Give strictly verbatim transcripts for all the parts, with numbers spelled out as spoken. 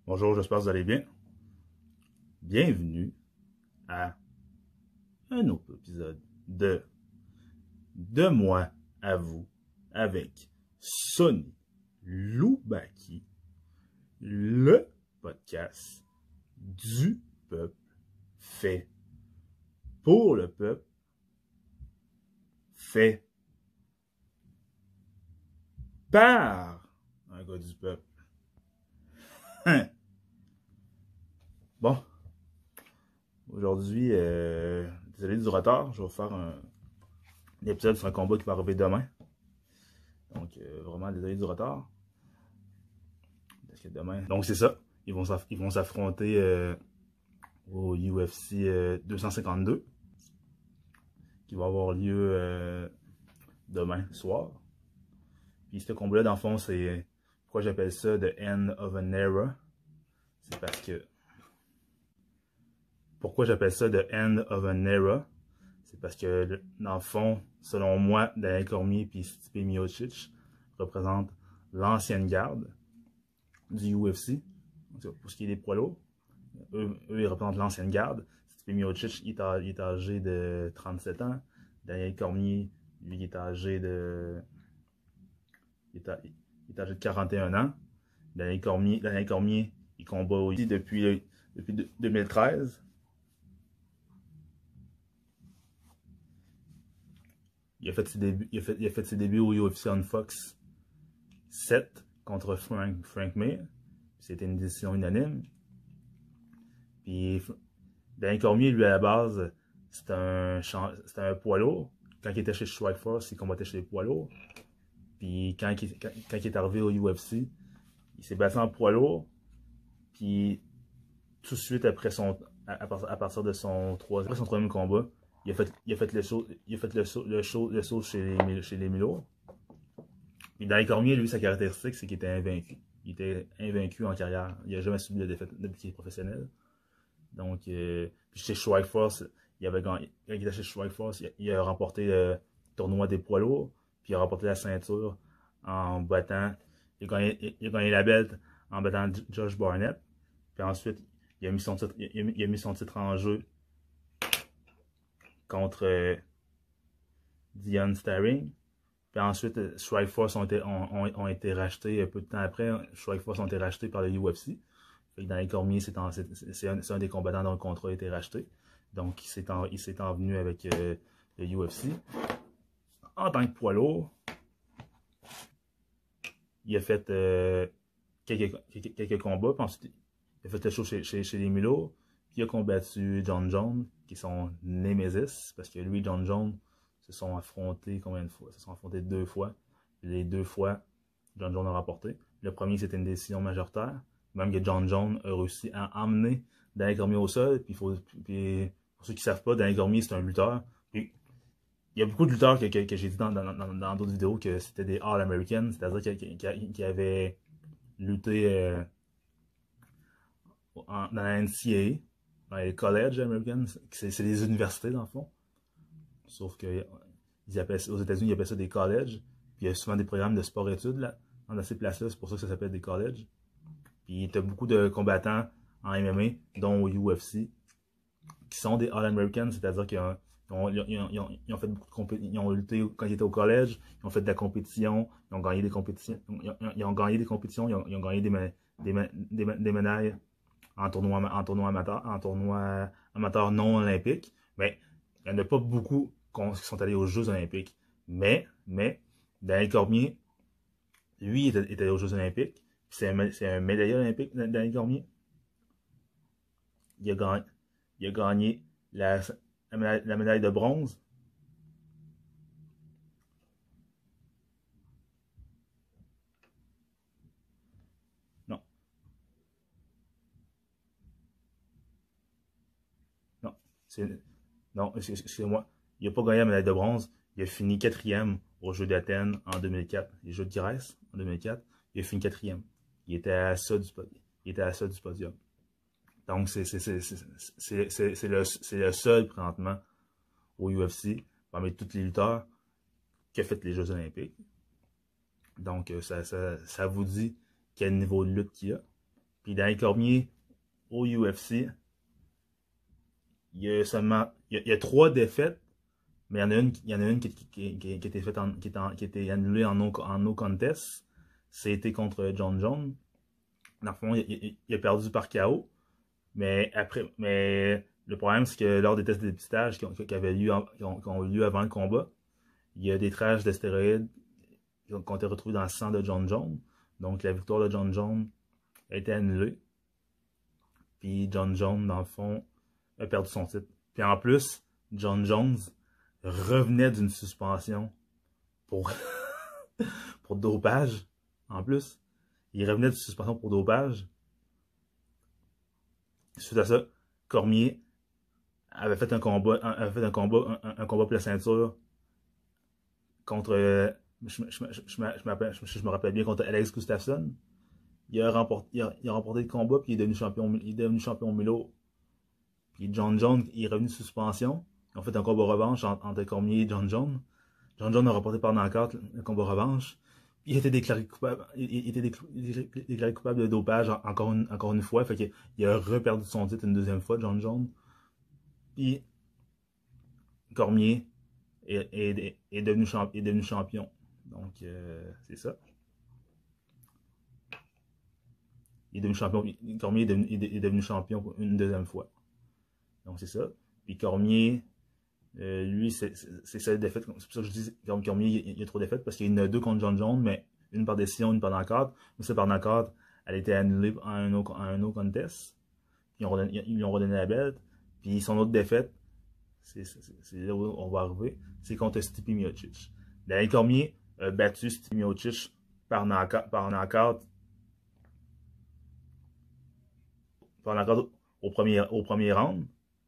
Bonjour, j'espère que vous allez bien. Bienvenue à un autre épisode de De moi à vous avec Sonny Loubaki, le podcast du peuple fait pour le peuple fait par un gars du peuple. Hein? Bon, aujourd'hui, euh, désolé du retard, je vais vous faire un, un épisode sur un combat qui va arriver demain. Donc, euh, vraiment désolé du retard. Parce que demain. Donc, c'est ça. Ils vont ils vont s'affronter euh, au U F C euh, deux cent cinquante-deux, qui va avoir lieu euh, demain soir. Puis, ce combat-là, dans le fond, c'est. Pourquoi j'appelle ça The End of an Era? C'est parce que. Pourquoi j'appelle ça The End of an Era? C'est parce que, dans le fond, selon moi, Daniel Cormier et Stipe Miocic représentent l'ancienne garde du U F C, pour ce qui est des poids lourds. Eux, eux ils représentent l'ancienne garde. Stipe Miocic, il est, il est âgé de trente-sept ans. Daniel Cormier, lui, il est âgé de... Il est, à, il est âgé de quarante et un ans. Daniel Cormier, Daniel Cormier il combat aussi depuis, depuis deux mille treize. Il a fait ses débuts, il a fait, il a fait ses débuts au U F C on Fox sept contre Frank, Frank Mir. C'était une décision unanime. Puis Daniel Cormier, lui, à la base, c'était un, un poids lourd. Quand il était chez Strikeforce, il combattait chez les poids lourds. Puis quand il, quand, quand il est arrivé au U F C, il s'est battu en poids lourd. Puis tout de suite après son, à, à partir de son troisième, son troisième combat, il a fait, il a fait le saut, il a fait le saut, le saut, le saut chez les, chez les mi-lourds. Puis Daniel Cormier, lui, sa caractéristique, c'est qu'il était invaincu. Il était invaincu en carrière. Il n'a jamais subi de défaite depuis qu'il est professionnel. Donc, euh, puis chez Strikeforce, il avait gagné, quand il était chez Strikeforce, il, il a remporté le tournoi des poids lourds, puis il a remporté la ceinture en battant, il a gagné, il a gagné la belt en battant Josh Barnett. Puis ensuite, il a mis son titre, il a mis, il a mis son titre en jeu contre euh, Dion Starring. Puis ensuite, Strikeforce ont été, ont, ont, ont été rachetés un peu de temps après. Strikeforce ont été rachetés par le U F C. Fait que Daniel Cormier, c'est un, un des combattants dont le contrat a été racheté. Donc, il s'est en, envenu avec euh, le U F C. En tant que poids lourd, il a fait euh, quelques, quelques, quelques combats. Puis ensuite, il a fait le show chez, chez, chez les Milo. Puis il a combattu John Jones, qui est son némésis. Parce que lui et John Jones se sont affrontés combien de fois? Se sont affrontés deux fois. Les deux fois, John Jones a remporté. Le premier, c'était une décision majoritaire. Même que John Jones a réussi à emmener Daniel Cormier au sol. Puis, faut, puis pour ceux qui ne savent pas, Daniel Cormier, c'est un lutteur. Puis, il y a beaucoup de lutteurs que, que, que j'ai dit dans d'autres dans, dans, dans vidéos que c'était des All-Americans, c'est-à-dire qu'ils qu avaient lutté euh, en, dans la N C A A, dans les collèges américains. C'est des universités, dans le fond. Sauf que ils appellent, aux États-Unis, ils appellent ça des collèges. Puis il y a souvent des programmes de sport-études là, dans ces places-là. C'est pour ça que ça s'appelle des collèges. Puis tu as beaucoup de combattants en M M A, dont au U F C, qui sont des All-Americans, c'est-à-dire qu'ils ont, ils ont, ils ont, ils ont fait beaucoup de compétitions, ils ont lutté quand ils étaient au collège, ils ont fait de la compétition, ils ont gagné des compétitions, ils ont, ils ont gagné des compétitions, ils ont, ils ont gagné des, des, des, des médailles en tournoi, en tournoi amateur, en tournoi amateur non olympique. Mais il n'y en a pas beaucoup qui sont allés aux Jeux olympiques. Mais, mais, Daniel Cormier, lui, était, était aux Jeux olympiques. C'est un, un médaillé olympique, Daniel Cormier. Il a gagné, il a gagné la, la, médaille, la médaille de bronze. Non. Non. Non, excusez-moi. Il n'a pas gagné la médaille de bronze. Il a fini quatrième aux Jeux d'Athènes en deux mille quatre. Les Jeux de Grèce en deux mille quatre. Il a fini quatrième. Il était à ça du, il était à ça du podium. Donc, c'est le, le seul, présentement, au U F C, parmi tous les lutteurs, qui a fait les Jeux olympiques. Donc, ça, ça, ça vous dit quel niveau de lutte qu'il y a. Puis Daniel Cormier, au U F C, il y a seulement, il y a, il y a trois défaites, mais il y en a une, il y en a une qui, qui, qui, qui, qui était faite en, qui était, en, qui était annulée en no, en no contest. C'était contre John Jones. Dans le fond, il, il, il a perdu par K O. Mais après, mais le problème, c'est que lors des tests de dépistage qui ont, qui avaient lieu, qui ont, qui ont eu lieu avant le combat, il y a des traces de stéroïdes qui ont, qui ont été retrouvées dans le sang de John Jones. Donc la victoire de John Jones a été annulée. Puis John Jones, dans le fond, a perdu son titre. Puis en plus, John Jones revenait d'une suspension pour, pour dopage. En plus, il revenait d'une suspension pour dopage. Suite à ça, Cormier avait fait un combat, avait fait un combat, un, un combat pour la ceinture contre, euh, je, je, je, je, je, je me rappelle bien, contre Alex Gustafsson. Il a remporté, il a, il a remporté le combat, puis il est devenu champion, il est devenu champion Milo. Puis John Jones, il est revenu de suspension. Ils ont fait un combat revanche entre, entre Cormier et John Jones. John Jones a remporté par knockout le combat revanche. Il était déclaré coupable, il était déclaré coupable de dopage encore une, encore une fois. Fait qu'il il a reperdu son titre une deuxième fois, John Jones. Puis Cormier est, est, est, devenu, champ, est devenu champion. Donc, euh, c'est ça. Il est devenu champion. Cormier est devenu, est devenu champion une deuxième fois. Donc, c'est ça. Puis Cormier, euh, lui, c'est sa défaite. C'est pour ça que je dis que Cormier, il, il y a trop de défaites parce qu'il y en a deux contre John Jones, mais une par décision, une par knockout. Mais ça, par knockout, elle a été annulée à un no, à un no contest. Puis ils lui ont redonné la bête. Puis son autre défaite, c'est là où on va arriver, c'est contre Stipe Miocic. Daniel Cormier a battu Stipe Miocic par knockout, par knockout, par knockout au premier, au premier round.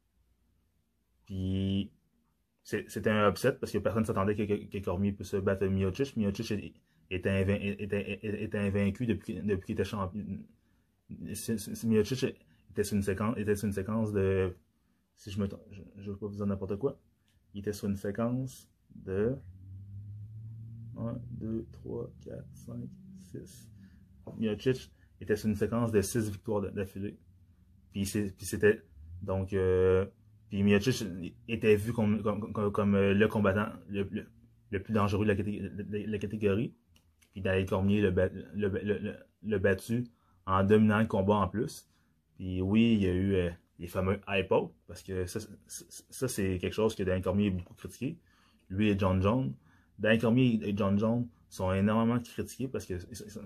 Puis c'était un upset parce que personne ne s'attendait que, que, que Cormier puisse battre Miocic. Miocic était, invain, était, était invaincu depuis, depuis qu'il était champion. Miocic était sur une séquence, était sur une séquence de. Si je me je ne veux pas vous dire n'importe quoi. Il était sur une séquence de un, deux, trois, quatre, cinq, six. Miocic était sur une séquence de six victoires d'affilée. Puis c'était. Donc. Euh, Puis Miocic était vu comme, comme, comme, comme le combattant le, le, le plus dangereux de la, de la catégorie. Puis Daniel Cormier le, le, le, le battu en dominant le combat en plus. Puis oui, il y a eu euh, les fameux hype-out, parce que ça, ça c'est quelque chose que Daniel Cormier a beaucoup critiqué. Lui et John Jones. Daniel Cormier et John Jones sont énormément critiqués parce que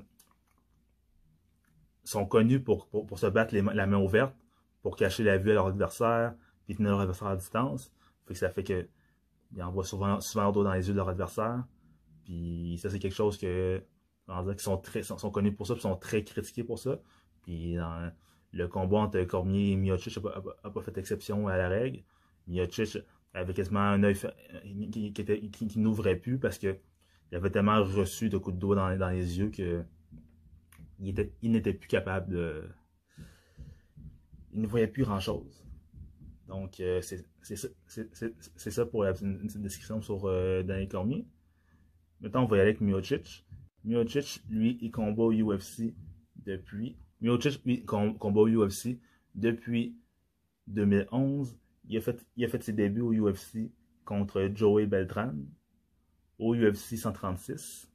sont connus pour, pour, pour se battre les, la main ouverte, pour cacher la vue à leur adversaire, puis tenir leur adversaire à distance. Fait que ça fait que ils envoient souvent, souvent leur dos dans les yeux de leur adversaire. Puis ça, c'est quelque chose que on va dire qu'ils sont très sont, sont connus pour ça, puis sont très critiqués pour ça. Puis dans le combat entre Cormier et Miocic n'a pas, a pas fait exception à la règle. Miocic avait quasiment un œil qui, qui, qui, qui, qui n'ouvrait plus parce que il avait tellement reçu de coups de doigt dans, dans les yeux que il, était, il n'était plus capable de. Il ne voyait plus grand chose. Donc, euh, c'est ça pour la petite description sur euh, Daniel Cormier. Maintenant, on va y aller avec Miocic. Miocic, lui, il combat au U F C depuis. Miocic, lui, combat au U F C depuis deux mille onze. Il a fait, il a fait ses débuts au U F C contre Joey Beltran au U F C cent trente-six.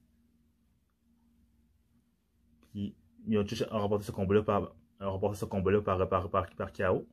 Puis Miocic a remporté ce combat-là par, a remporté ce combat-là par, par, par, par K O.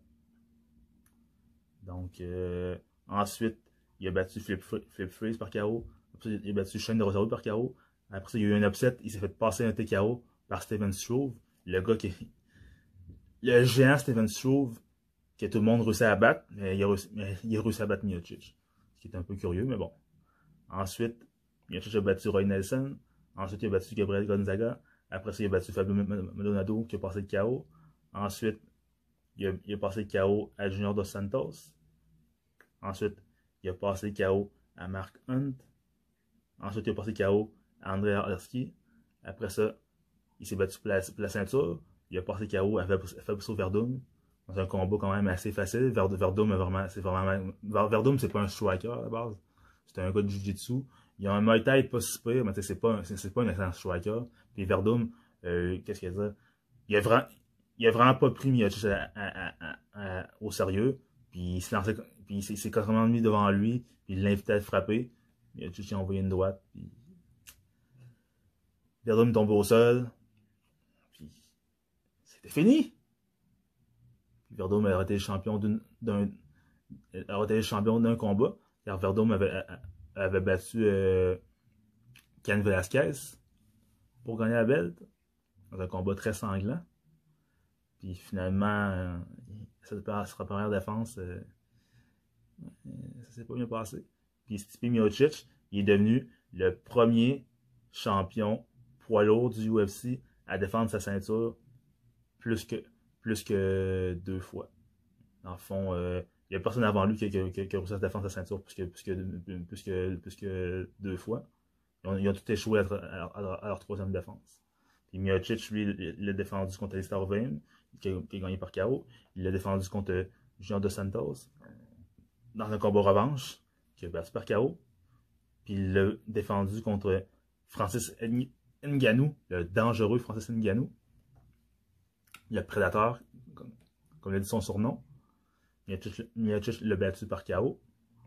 Donc, euh, ensuite, il a battu Flip, Flip Freeze par K O. Après, il a battu Shane de Rosario par K O. Après ça, il y a eu un upset. Il s'est fait passer un T K O par Steven Struve. Le gars qui. Le géant Steven Struve, que tout le monde réussit à battre, mais il a réussi, mais il a réussi à battre Miocic. Ce qui est un peu curieux, mais bon. Ensuite, Miocic a battu Roy Nelson. Ensuite, il a battu Gabriel Gonzaga. Après ça, il a battu Fabio Maldonado qui a passé le K O. Ensuite, il a, il a passé le K O à Junior Dos Santos. Ensuite, il a passé le K O à Mark Hunt. Ensuite, il a passé le K O à André Arlovski. Après ça, il s'est battu pour la, pour la ceinture. Il a passé le K O à Fabricio Werdum. C'est un combat quand même assez facile. Werdum, vraiment, c'est vraiment. Werdum, c'est pas un striker à la base. C'est un gars de Jiu-Jitsu. Il a un Muay Thai pas si pire, mais c'est pas, pas un excellent striker. Puis Werdum, euh, qu'est-ce qu'il a dit? Il a vraiment. il a vraiment pas pris Miocic à, à, à, à, au sérieux. Puis il s'est lancé, puis il s'est carrément mis devant lui, puis il l'invitait à le frapper. Miocic a envoyé une droite, puis Verdum tombé au sol, puis c'était fini. Puis Verdum a été le champion d'un a été le champion d'un combat, car Verdum avait, avait battu euh, Cain Velasquez pour gagner la belt, dans un combat très sanglant. Puis finalement, euh, sa première défense, euh, ça s'est pas bien passé. Puis Stipe Miocic, il est devenu le premier champion poids lourd du U F C à défendre sa ceinture plus que, plus que deux fois. Dans le fond, euh, il n'y a personne avant lui qui, qui, qui, qui a réussi à défendre sa ceinture plus que, plus que, plus que, plus que deux fois. Ils ont, ils ont tout échoué à, à, à, à leur troisième défense. Puis Miocic, lui, il l'a défendu contre Alistair Overeem, qui, qui a gagné par K O. Il l'a défendu contre Junior Dos Santos dans un combat revanche, qui a battu par K O. Puis il l'a défendu contre Francis Ngannou, le dangereux Francis Ngannou, le prédateur, comme, comme l'a dit son surnom. Miocic l'a battu par K O.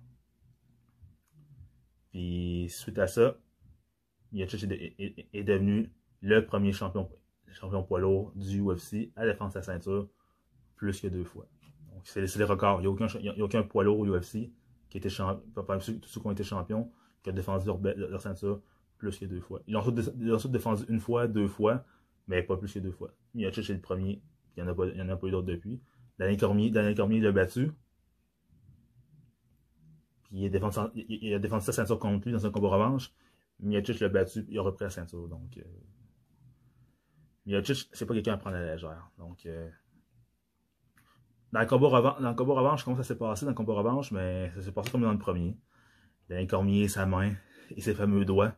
Puis suite à ça, Miocic est, est, est devenu le premier champion, champion poids lourd du U F C à défendre sa ceinture plus que deux fois. Donc c'est le record. Il n'y a, aucun, a aucun poids lourd au U F C qui était champion, tous ceux qui ont été champions, qui a défendu leur, leur ceinture plus que deux fois. Ils l'ont ensuite défendu une fois, deux fois, mais pas plus que deux fois. Miocic est le premier, il n'y en, en a pas eu d'autres depuis. Daniel Cormier, Daniel Cormier l'a battu. Puis il a, défendu, il a défendu sa ceinture contre lui dans un combat revanche. Miocic l'a battu, il a repris la ceinture. Donc, euh, Miocic, c'est pas quelqu'un à prendre à la légère. Donc, euh, dans le combat revanche, dans le combat revanche, comment ça s'est passé dans le combat revanche? Mais ça s'est passé comme dans le premier. Daniel Cormier, sa main et ses fameux doigts.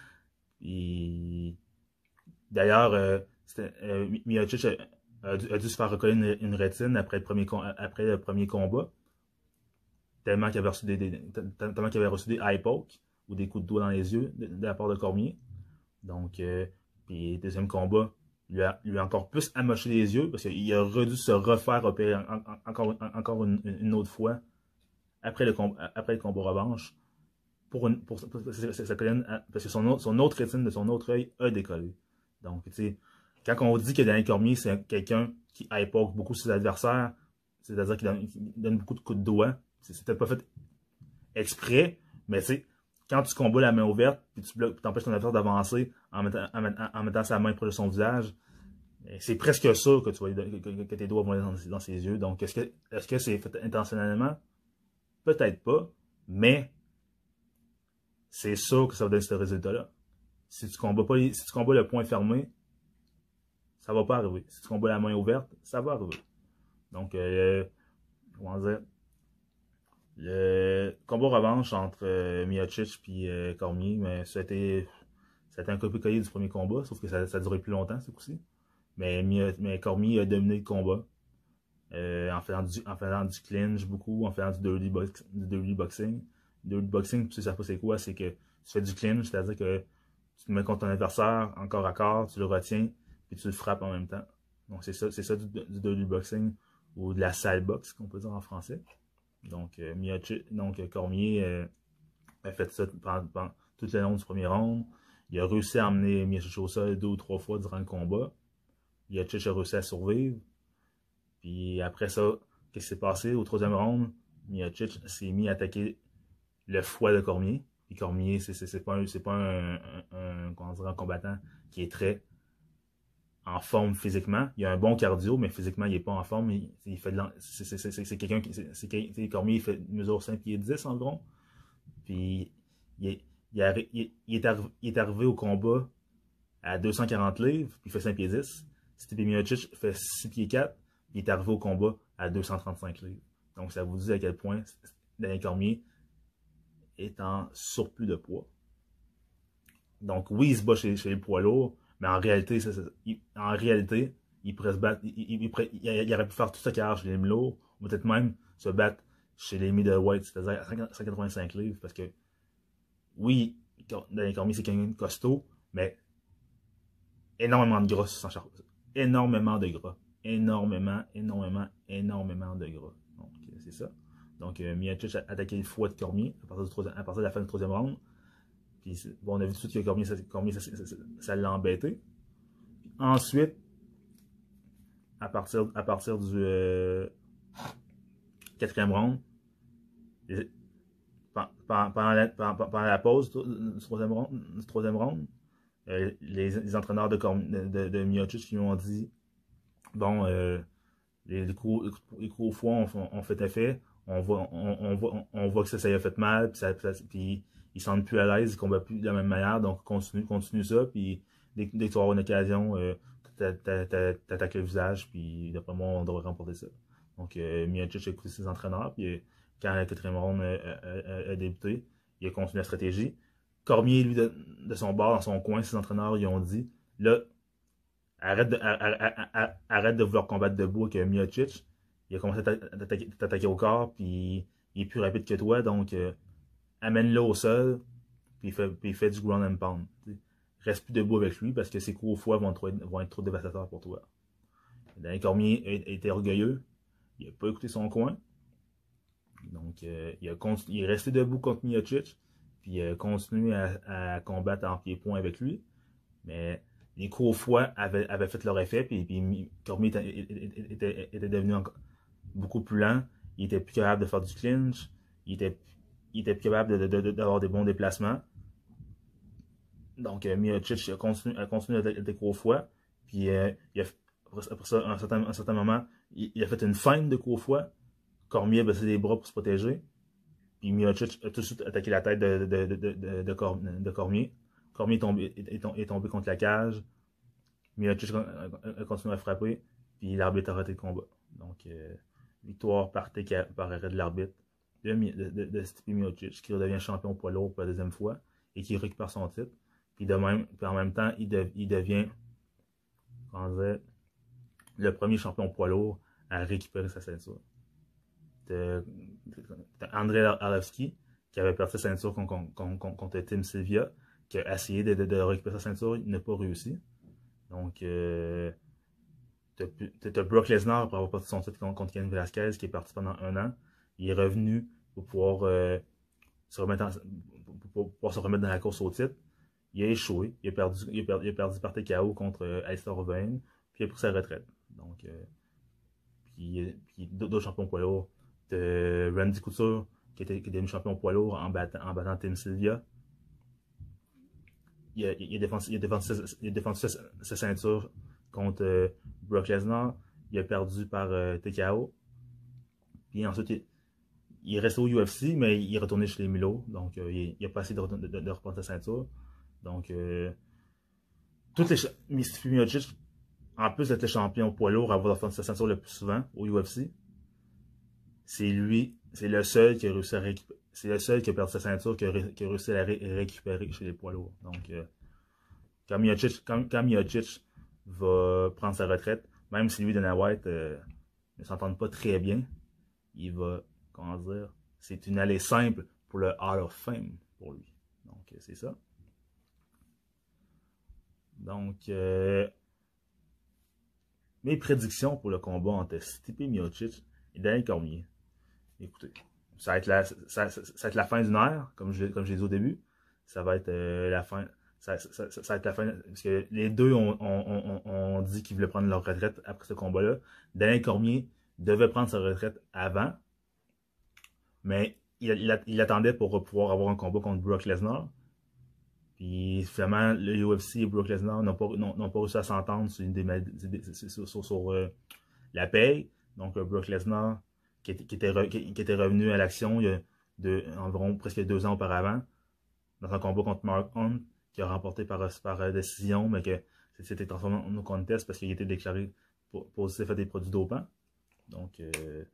Et d'ailleurs, euh, euh, Miocic a, a, dû, a dû se faire recoller une, une rétine après le premier, après le premier combat. Tellement qu'il avait reçu des, des, tellement qu'il avait reçu des eye pokes ou des coups de doigt dans les yeux de, de la part de Cormier. Donc, euh, puis deuxième combat, lui a, lui a encore plus amoché les yeux parce qu'il a dû se refaire opérer en, en, encore, en, encore une, une autre fois après le, combat, après le combat revanche pour, une, pour, pour, pour sa colonne, parce que son, son autre rétine de son autre œil a décollé. Donc, tu sais, quand on dit que Daniel Cormier, c'est quelqu'un qui eye poke beaucoup ses adversaires, c'est-à-dire qu'il donne, donne beaucoup de coups de doigt, c'était pas fait exprès, mais tu sais, quand tu combats la main ouverte, puis tu bloques, t'empêches ton adversaire d'avancer en mettant, en, mettant, en mettant sa main proche de son visage, c'est presque ça que tu vois, que, que, que tes doigts vont aller dans, dans ses yeux. Donc, est-ce que est-ce que c'est fait intentionnellement? Peut-être pas, mais c'est sûr que ça va donner ce résultat-là. Si tu combats pas, si tu combats le poing fermé, ça va pas arriver. Si tu combats la main ouverte, ça va arriver. Donc, euh, comment dire? Le combat revanche entre euh, Miocic et euh, Cormier, mais ça a été, ça a été un copier-coller du premier combat, sauf que ça, ça a duré plus longtemps, ce coup-ci. Mais, mais Cormier a dominé le combat euh, en, faisant du, en faisant du clinch beaucoup, en faisant du dirty, box, du dirty boxing. Le dirty boxing, tu sais pas c'est quoi, c'est que tu fais du clinch, c'est-à-dire que tu te mets contre ton adversaire encore à corps, tu le retiens, puis tu le frappes en même temps. Donc c'est ça, c'est ça du, du dirty boxing, ou de la sale boxe, qu'on peut dire en français. Donc, euh, Miocic, donc euh, Cormier euh, a fait ça pendant, pendant tout le long du premier round. Il a réussi à emmener Miocic au sol deux ou trois fois durant le combat. Miocic a réussi à survivre. Puis après ça, qu'est-ce qui s'est passé? Au troisième round, Miocic s'est mis à attaquer le foie de Cormier. Puis Cormier, c'est pas, un, pas un, un, un, comment dire, un combattant qui est très en forme physiquement. Il a un bon cardio, mais physiquement, il n'est pas en forme. Il, il fait de c'est quelqu'un qui. C'est Cormier, il fait il mesure cinq pieds dix environ. Puis il est, il, a, il, il, est arrivé, il est arrivé au combat à deux cent quarante livres, puis il fait cinq pieds dix. Stipe Miocic fait six pieds quatre, puis il est arrivé au combat à deux cent trente-cinq livres. Donc ça vous dit à quel point Daniel Cormier est en surplus de poids. Donc oui, il se bat chez, chez les poids lourds, mais en réalité, ça, ça, il, en réalité, il pourrait se battre, il, il, il, il, il aurait pu faire toute sa carrière chez les lourds, ou peut-être même se battre chez les middleweight, c'est-à-dire à cent quatre-vingt-cinq livres, parce que oui, Daniel Cormier, c'est quelqu'un de costaud, mais énormément de gras, énormément de gras, énormément, énormément, énormément de gras. Donc, c'est ça. Donc, euh, Miocic a attaqué le foie de Cormier à partir, du à partir de la fin du troisième round. Puis, bon, on a vu tout de suite que Cormier, ça, Cormier, ça, ça, ça, ça l'a embêté. Puis ensuite, à partir, à partir du euh, quatrième round, les, pendant, la, pendant la pause du troisième round, du troisième round euh, les, les entraîneurs de, de, de, de Miocic qui lui ont dit bon, euh, les, les, coups, les coups au foie ont, ont fait effet, on voit, on, on, voit, on voit que ça, ça a fait mal, puis, ça, ça, puis ils ne se sentent plus à l'aise, ils ne combattent plus de la même manière, donc continue, continue ça, puis dès, dès que tu vas avoir une occasion, euh, t'attaques le visage, puis d'après moi, on devrait remporter ça. Donc, euh, Miocic a écouté ses entraîneurs, puis quand le quatrième round a, a, a, a débuté, il a continué la stratégie. Cormier, lui, de, de son bord, dans son coin, ses entraîneurs, ils ont dit, là, arrête de, arrête, arrête de vouloir combattre debout avec Miocic. Il a commencé à t'attaquer au corps, puis il est plus rapide que toi, donc euh, amène-le au sol, puis il fait, puis il fait du ground and pound. T'sais. Reste plus debout avec lui, parce que ses coups au foie vont, trop, vont être trop dévastateurs pour toi. Daniel Cormier a été orgueilleux, il n'a pas écouté son coin, donc euh, il, a il est resté debout contre Miocic, puis il a continué à, à combattre en pied-point avec lui, mais les coups au foie avaient, avaient fait leur effet, puis, puis Cormier était, était, était devenu encore beaucoup plus lent, il était plus capable de faire du clinch, il était, il était plus capable de, de, de, d'avoir des bons déplacements. Donc, euh, Miocic a continué, a continué à des coups au foie, puis euh, il a, après ça, à un certain, un certain moment, il, il a fait une feinte de coups au foie, Cormier a baissé les bras pour se protéger, puis Miocic a tout de suite attaqué la tête de, de, de, de, de, de, Cor, de Cormier. Cormier est tombé, est, est tombé contre la cage, Miocic a continué à frapper, puis l'arbitre a arrêté le combat. Donc, euh, victoire par, par arrêt de l'arbitre de, de, de, de Stipe Miocic, qui redevient champion poids lourd pour la deuxième fois, et qui récupère son titre. Puis, de même, puis en même temps, il, de, il devient, comment dire, le premier champion poids lourd à récupérer sa ceinture. De, de, de Andrei Arlovski, qui avait perdu sa ceinture contre, contre, contre Tim Sylvia, qui a essayé de, de, de récupérer sa ceinture, il n'a pas réussi. Donc, euh, t'as Brock Lesnar, après avoir perdu son titre contre Cain Velasquez, qui est parti pendant un an. Il est revenu pour pouvoir, euh, se, remettre en, pour, pour pouvoir se remettre dans la course au titre. Il a échoué. Il a perdu, il a perdu, il a perdu par T K O contre euh, Alistair Overeem, puis il a pris sa retraite. Donc, euh, puis, puis d'autres champions poids lourds. De Randy Couture, qui était, qui était devenu champion poids lourd en battant, en battant Tim Sylvia. Il a, il a défendu, il a défendu, sa, il a défendu sa, sa ceinture contre euh, Brock Lesnar. Il a perdu par euh, T K O. Puis ensuite, il, il est resté au U F C, mais il est retourné chez les Mulots. Donc, euh, il n'a pas essayé de, de, de, de reprendre sa ceinture. Donc, euh, toutes les Stipe Miocic, en plus d'être le champion poids lourd à avoir défendu sa ceinture le plus souvent au U F C, c'est lui, c'est le seul qui a réussi à récupérer. C'est le seul qui a perdu sa ceinture qui a, ré, qui a réussi à la ré, récupérer chez les poids lourds. Donc, euh, quand Miocic, quand, quand Miocic va prendre sa retraite, même si lui et Dana White euh, ne s'entendent pas très bien, il va, comment dire, c'est une allée simple pour le Hall of Fame pour lui. Donc, euh, c'est ça. Donc, euh, mes prédictions pour le combat entre Stipe Miocic et Daniel Cormier. Écoutez, ça va être la, ça, ça, ça va être la fin d'une ère, comme je, comme je l'ai dit au début. Ça va être euh, la fin. Ça, ça, ça, ça va être la fin. Parce que les deux ont, ont, ont, ont dit qu'ils voulaient prendre leur retraite après ce combat-là. Daniel Cormier devait prendre sa retraite avant. Mais il, il, il attendait pour pouvoir avoir un combat contre Brock Lesnar. Puis finalement, le U F C et Brock Lesnar n'ont pas, n'ont pas réussi à s'entendre sur, une des, sur, sur, sur euh, la paye. Donc euh, Brock Lesnar, qui était, qui, était re, qui, qui était revenu à l'action il y a de, environ presque deux ans auparavant, dans un combat contre Mark Hunt, qui a remporté par, par décision, mais que c'était transformé en no contest parce qu'il était déclaré positif à des produits dopants. Donc, euh,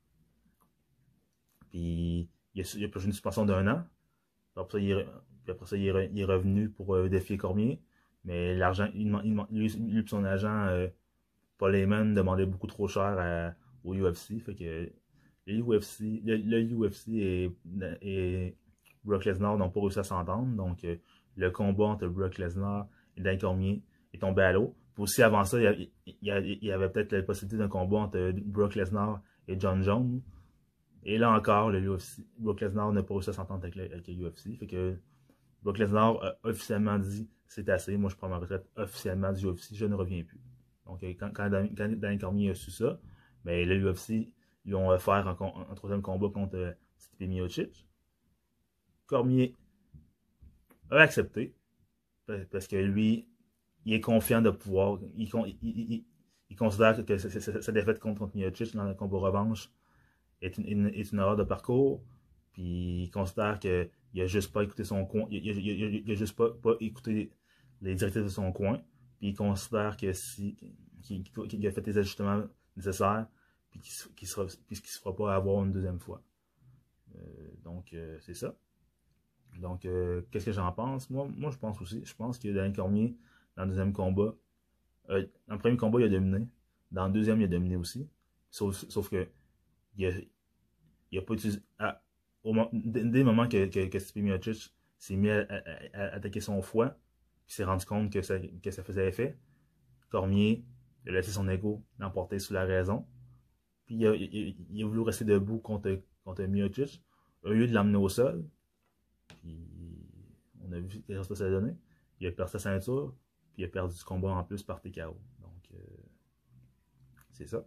puis il a, il a pris une suspension d'un an. Après ça, il est, puis après ça, il est, il est revenu pour euh, défier Cormier. Mais l'argent, il, il, lui, lui et son agent, euh, Paul Heyman, demandait beaucoup trop cher à, au U F C. Fait que le U F C, le, le U F C et, et Brock Lesnar n'ont pas réussi à s'entendre. Donc, euh, le combat entre Brock Lesnar et Dan Cormier est tombé à l'eau. Puis aussi, avant ça, il y, a, il y, a, il y avait peut-être la possibilité d'un combat entre Brock Lesnar et John Jones. Et là encore, le U F C, Brock Lesnar n'a pas réussi à s'entendre avec, avec le U F C. Fait que Brock Lesnar a officiellement dit c'est assez, moi je prends ma retraite officiellement du U F C, je ne reviens plus. Donc quand, quand, quand Daniel Cormier a su ça, ben, le U F C ils ont offert un, un, un troisième combat contre euh, Stipe Miocic. Cormier a accepté parce que lui, il est confiant de pouvoir. Il, il, il, il considère que sa défaite contre, contre Miocic dans le combat revanche est une, une, est une erreur de parcours. Puis il considère qu'il n'a juste pas écouté son coin. Il n'a juste pas, pas écouté les directives de son coin. Puis il considère que si qu'il qu'il a fait les ajustements nécessaires, puis qu'il ne se fera pas avoir une deuxième fois. Euh, donc euh, c'est ça. Donc euh, qu'est-ce que j'en pense? Moi, moi je pense aussi. Je pense que Daniel Cormier, dans le deuxième combat, euh, dans le premier combat, il a dominé. Dans le deuxième, il a dominé aussi. Sauf, sauf que il a, il a pas utilisé. À, au, dès le moment que, que, que Stipe Miocic s'est mis à, à, à attaquer son foie, puis s'est rendu compte que ça, que ça faisait effet, Cormier a laissé son ego l'emporter sous la raison. Puis il a, il, il a voulu rester debout contre, contre Miocic. Au lieu de l'emmener au sol, puis on a vu ce que ça a donné. Il a perdu sa ceinture, puis il a perdu du combat en plus par T K O. Donc, euh, c'est ça.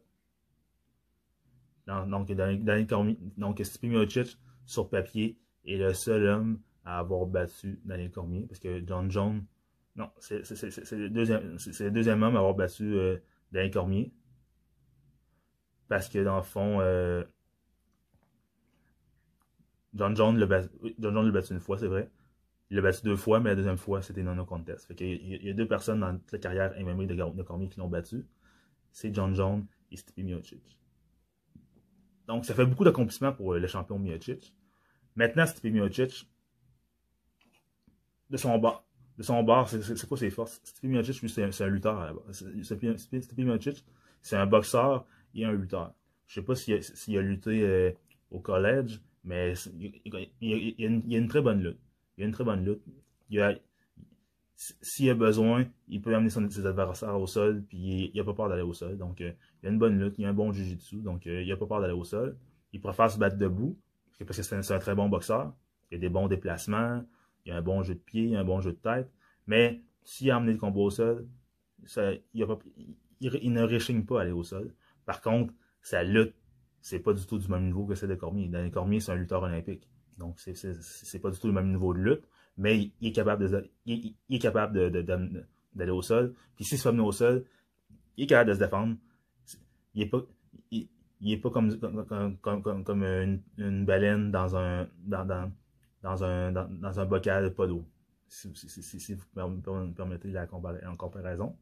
Donc, Daniel Cormier, donc Stipe Miocic, sur papier, est le seul homme à avoir battu Daniel Cormier. Parce que John Jones, non, c'est le, le deuxième homme à avoir battu euh, Daniel Cormier. Parce que dans le fond, euh, John Jones l'a battu, battu une fois, c'est vrai. Il l'a battu deux fois, mais la deuxième fois, c'était non no contest. Fait qu'il y, il y a deux personnes dans toute la carrière M M A de, de Cormier qui l'ont battu. C'est John Jones et Stipe Miocic. Donc, ça fait beaucoup d'accomplissements pour le champion Miocic. Maintenant, Stipe Miocic, de son bord, de son bord, c'est quoi ses forces? Stipe Miocic, lui, c'est un, un lutteur à la base. Stipe Miocic, c'est un boxeur et un lutteur. Je sais pas s'il a, s'il a lutté euh, au collège, mais il, il, il, il, a une, il a une très bonne lutte. Il a une très bonne lutte. Il a, s'il a besoin, il peut amener son, ses adversaires au sol, puis il n'a pas peur d'aller au sol. Donc, euh, il a une bonne lutte, il a un bon jiu-jitsu, donc euh, il n'a pas peur d'aller au sol. Il préfère se battre debout, parce que c'est un, un très bon boxeur. Il a des bons déplacements, il a un bon jeu de pied, il a un bon jeu de tête. Mais s'il a amené le combat au sol, ça, il, a pas, il, il ne réchigne pas à aller au sol. Par contre, sa lutte, c'est pas du tout du même niveau que celle de Cormier. Daniel Cormier, c'est un lutteur olympique. Donc, c'est pas du tout le même niveau de lutte. Mais il, il est capable de, il, il est capable de, de, de, d'aller au sol. Puis s'il se fait amener au sol, il est capable de se défendre. Il est pas, il, il est pas comme, comme, comme, comme, comme une, une baleine dans un, dans, dans, dans un, dans, dans un bocal pas d'eau. Si, si, si, si vous me permettez la comparaison.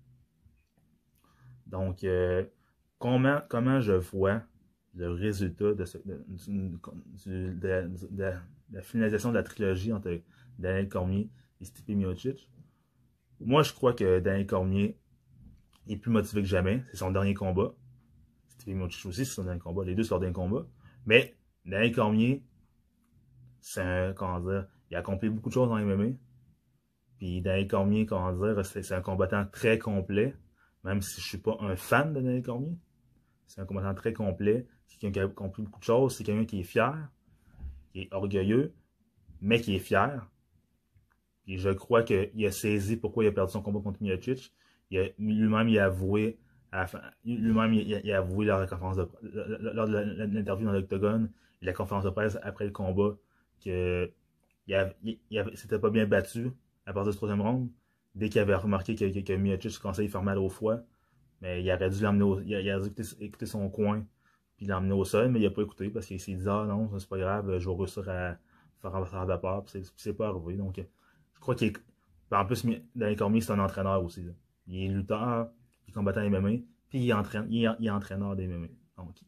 Donc, euh, comment, comment je vois le résultat de, ce, de, de, de, de, de la finalisation de la trilogie entre Daniel Cormier et Stipe Miocic? Moi, je crois que Daniel Cormier est plus motivé que jamais. C'est son dernier combat. Stipe Miocic aussi, c'est son dernier combat. Les deux, c'est leur dernier combat. Mais Daniel Cormier, c'est un, comment dire, il a accompli beaucoup de choses dans M M A. Puis Daniel Cormier, comment dire, c'est un combattant très complet. Même si je ne suis pas un fan de Daniel Cormier. C'est un combattant très complet. C'est quelqu'un qui a accompli beaucoup de choses. C'est quelqu'un qui est fier, qui est orgueilleux, mais qui est fier. Et je crois qu'il a saisi pourquoi il a perdu son combat contre Miocic. Lui-même, il a avoué, lui-même, il, il a avoué lors de la conférence de, lors de l'interview dans l'octogone et la conférence de presse après le combat que il, il, il s'était pas bien battu à partir du troisième round. Dès qu'il avait remarqué que, que, que Miocic commençait à lui faire mal au foie, mais il aurait dû l'emmener au, il, il aurait dû écouter, écouter son coin puis l'emmener au sol, mais il n'a pas écouté parce qu'il s'est dit ah non, c'est pas grave, je vais réussir à faire un faire vapeur, puis c'est pas arrivé. Donc je crois qu'il est. En plus, Daniel Cormier, c'est un entraîneur aussi. Là. Il est lutteur, il est combattant M M A, puis il, entraîne, il, est, il est entraîneur des M M A. Donc,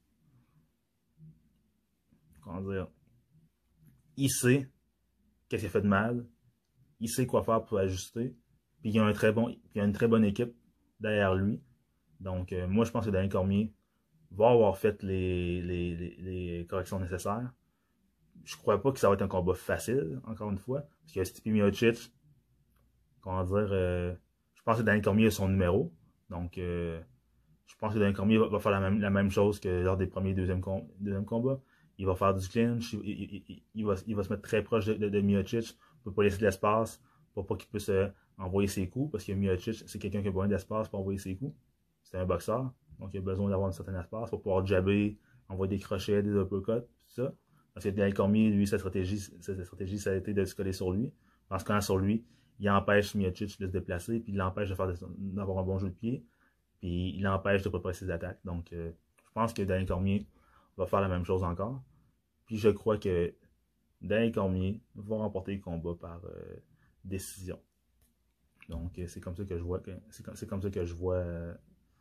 comment dire, il sait qu'est-ce qu'il a fait de mal, il sait quoi faire pour ajuster, puis il y a, un très bon, il y a une très bonne équipe derrière lui. Donc, euh, moi, je pense que Daniel Cormier va avoir fait les, les, les, les corrections nécessaires. Je crois pas que ça va être un combat facile, encore une fois, parce que Stipe Miocic, comment dire, euh, pense que Daniel Cormier a son numéro. Donc, euh, je pense que Daniel Cormier va, va faire la même, la même chose que lors des premiers et deuxièmes, com deuxième combats. Il va faire du clinch, il, il, il, il, va, il va se mettre très proche de, de, de Miocic pour ne pas laisser de l'espace, pour pas qu'il puisse euh, envoyer ses coups, parce que Miocic, c'est quelqu'un qui a besoin d'espace pour envoyer ses coups. C'est un boxeur, donc il a besoin d'avoir un certain espace pour pouvoir jabber, envoyer des crochets, des uppercuts, tout ça. Parce que Daniel Cormier, lui, sa stratégie, sa stratégie, ça a été de se coller sur lui. En se collant sur lui, il empêche Miocic de se déplacer, puis il l'empêche d'avoir un bon jeu de pied, puis il l'empêche de préparer ses attaques. Donc, euh, je pense que Daniel Cormier va faire la même chose encore. Puis je crois que Daniel Cormier va remporter le combat par euh, décision. Donc, euh, c'est comme ça que je vois, c'est comme, comme ça que je vois euh,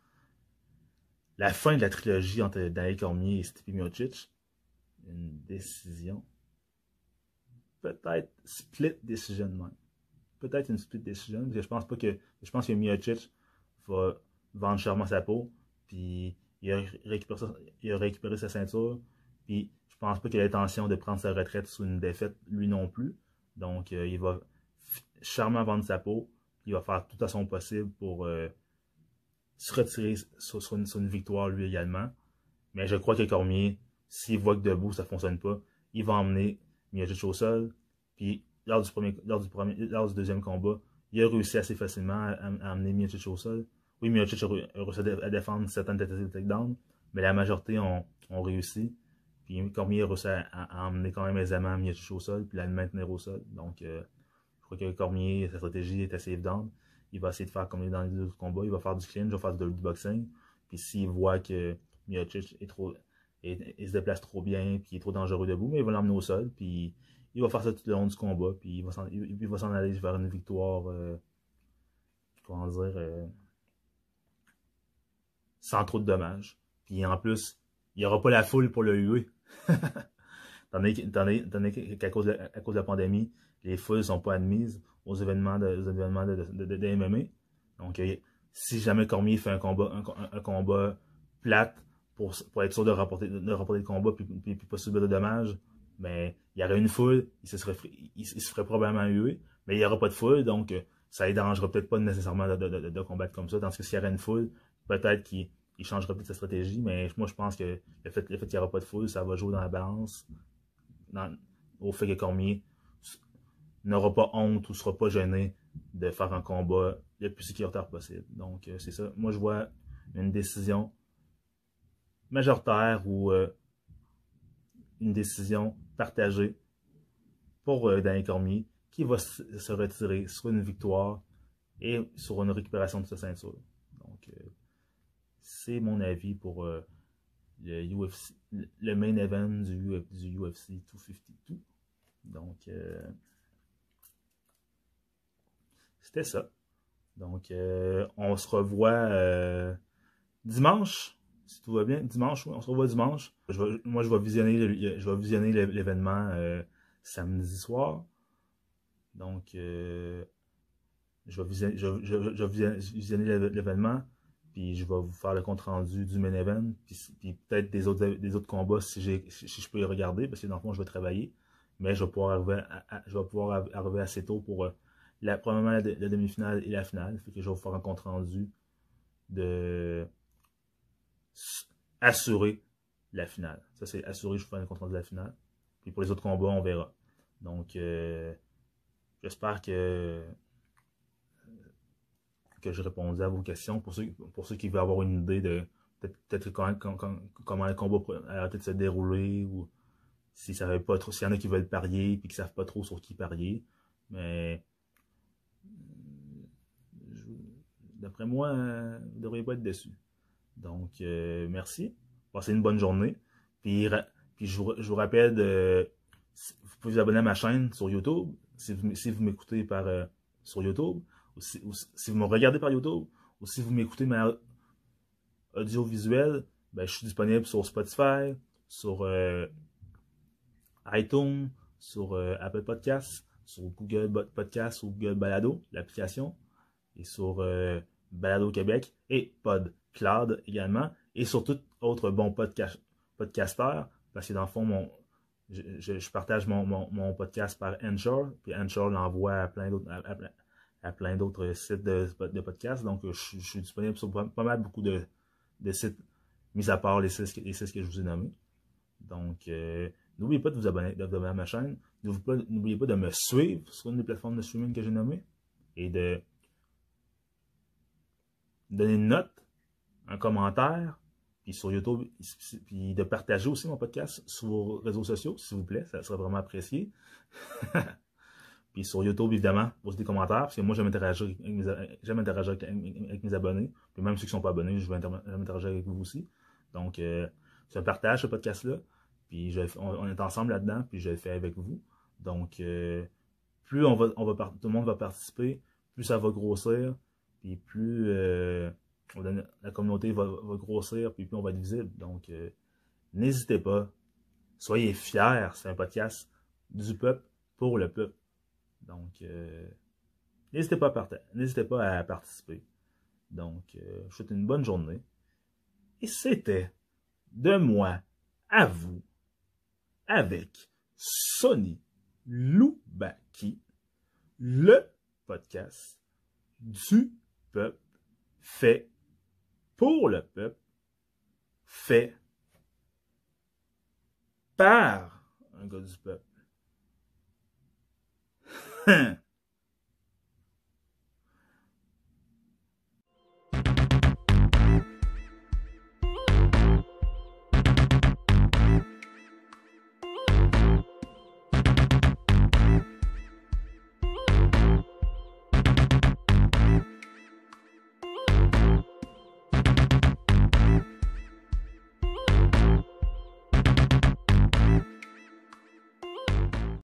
la fin de la trilogie entre Daniel Cormier et Stipe Miocic. Une décision. Peut-être split decision même. Peut-être une split decision, parce que je pense pas que. Je pense que Miocic va vendre chèrement sa peau, puis il a récupéré sa, il a récupéré sa ceinture, puis je pense pas qu'il a l'intention de prendre sa retraite sous une défaite, lui non plus. Donc, euh, il va chèrement vendre sa peau, puis il va faire tout à son possible pour euh, se retirer sur, sur, une, sur une victoire lui également. Mais je crois que Cormier, s'il voit que debout ça fonctionne pas, il va emmener Miocic au sol. Puis lors du, premier, lors, du premier, lors du deuxième combat, il a réussi assez facilement à, à amener Miocic au sol. Oui, Miocic a réussi à défendre certaines tentatives de takedown, mais la majorité ont, ont réussi. Puis Cormier a réussi à, à emmener quand même aisément Miocic au sol, puis à le maintenir au sol. Donc euh, je crois que Cormier, sa stratégie est assez évidente. Il va essayer de faire comme dans les autres combats, il va faire du clinch, il va faire du boxing. Puis s'il voit que Miocic est trop, est, il se déplace trop bien, puis il est trop dangereux debout, mais il va l'emmener au sol, puis il va faire ça tout le long du combat, puis il va s'en, il, il va s'en aller vers une victoire, euh, comment dire, euh, sans trop de dommages. Puis en plus, il n'y aura pas la foule pour le huer. Tandis qu'à cause, à cause de la pandémie, les foules ne sont pas admises aux événements de, aux événements de, de, de, de M M A. Donc, si jamais Cormier fait un combat, un, un combat plate pour, pour être sûr de remporter, de remporter le combat puis, puis, puis pas subir de dommages, ben, il y aurait une foule, il se, serait, il, il se ferait probablement huer, mais il n'y aura pas de foule, donc ça ne les dérangera peut-être pas nécessairement de, de, de, de combattre comme ça. Tandis que s'il y aurait une foule, peut-être qu'il il changera peut-être sa stratégie, mais moi je pense que le fait, le fait qu'il n'y aura pas de foule, ça va jouer dans la balance. Dans, au fait que Cormier n'aura pas honte ou ne sera pas gêné de faire un combat le plus sécuritaire possible. Donc, euh, c'est ça. Moi, je vois une décision majoritaire ou euh, une décision partagée pour euh, Daniel Cormier qui va se retirer sur une victoire et sur une récupération de sa ceinture. Donc, euh, c'est mon avis pour euh, le U F C, le main event du, du U F C deux cent cinquante-deux. Donc, euh, c'était ça. Donc, euh, on se revoit euh, dimanche, si tout va bien. Dimanche, oui, on se revoit dimanche. Je vais, moi, je vais visionner, le, je vais visionner l'événement euh, samedi soir. Donc, euh, je vais visionner, je, je, je vais visionner l'événement, puis je vais vous faire le compte rendu du main event, puis, puis peut-être des autres, des autres combats si, si, si je peux les regarder, parce que dans le fond, je vais travailler. Mais je vais pouvoir arriver, à, à, je vais pouvoir arriver assez tôt pour euh, la, probablement la, la demi-finale et la finale. Fait que je vais vous faire un compte rendu de assurer la finale. Ça, c'est assurer, je vous fais un compte rendu de la finale. Puis pour les autres combats, on verra. Donc, euh, j'espère que que je répondais à vos questions. Pour ceux, pour ceux qui veulent avoir une idée de peut-être peut comment, comment, comment le combat a peut-être se dérouler ou si ça pas trop, s'il y en a qui veulent parier et qui ne savent pas trop sur qui parier. Mais d'après moi, euh, vous ne devriez pas être déçus. Donc, euh, merci. Passez une bonne journée. Puis, puis je, vous, je vous rappelle, de, vous pouvez vous abonner à ma chaîne sur YouTube, si vous, si vous m'écoutez par euh, sur YouTube, ou si, ou si vous me regardez par YouTube, ou si vous m'écoutez ma audiovisuel, ben, je suis disponible sur Spotify, sur euh, iTunes, sur euh, Apple Podcasts, sur Google Podcasts ou Google Balado, l'application, et sur euh, Balado Québec et PodCloud également, et sur tout autre bon podcast, podcasteur, parce que dans le fond, mon, je, je, je partage mon, mon, mon podcast par Anchor, puis Anchor l'envoie à plein d'autres à, à, à plein d'autres sites de, de podcasts. Donc, je, je suis disponible sur pas, pas mal beaucoup de, de sites, mis à part les six, les six que je vous ai nommés. Donc, euh, n'oubliez pas de vous abonner, de vous abonner à ma chaîne. N'oubliez pas, pas de me suivre sur une des plateformes de streaming que j'ai nommées et de donner une note, un commentaire, puis sur YouTube, puis de partager aussi mon podcast sur vos réseaux sociaux, s'il vous plaît, ça serait vraiment apprécié. Puis sur YouTube, évidemment, posez des commentaires, parce que moi, j'aime interagir avec mes, j'aime interagir avec, avec mes abonnés. Puis même ceux qui ne sont pas abonnés, je vais interagir avec vous aussi. Donc, euh, c'est un partage, ce podcast-là. Puis je, on, on est ensemble là-dedans, puis je le fais avec vous. Donc, euh, plus on va, on va, tout le monde va participer, plus ça va grossir, puis plus euh, on va donner, la communauté va, va grossir, puis plus on va être visible. Donc, euh, n'hésitez pas. Soyez fiers. C'est un podcast du peuple pour le peuple. Donc, euh, n'hésitez pas, pas à participer. Donc, euh, je vous souhaite une bonne journée. Et c'était de moi à vous avec Sonny Loubaki, le podcast du peuple, fait pour le peuple, fait par un gars du peuple.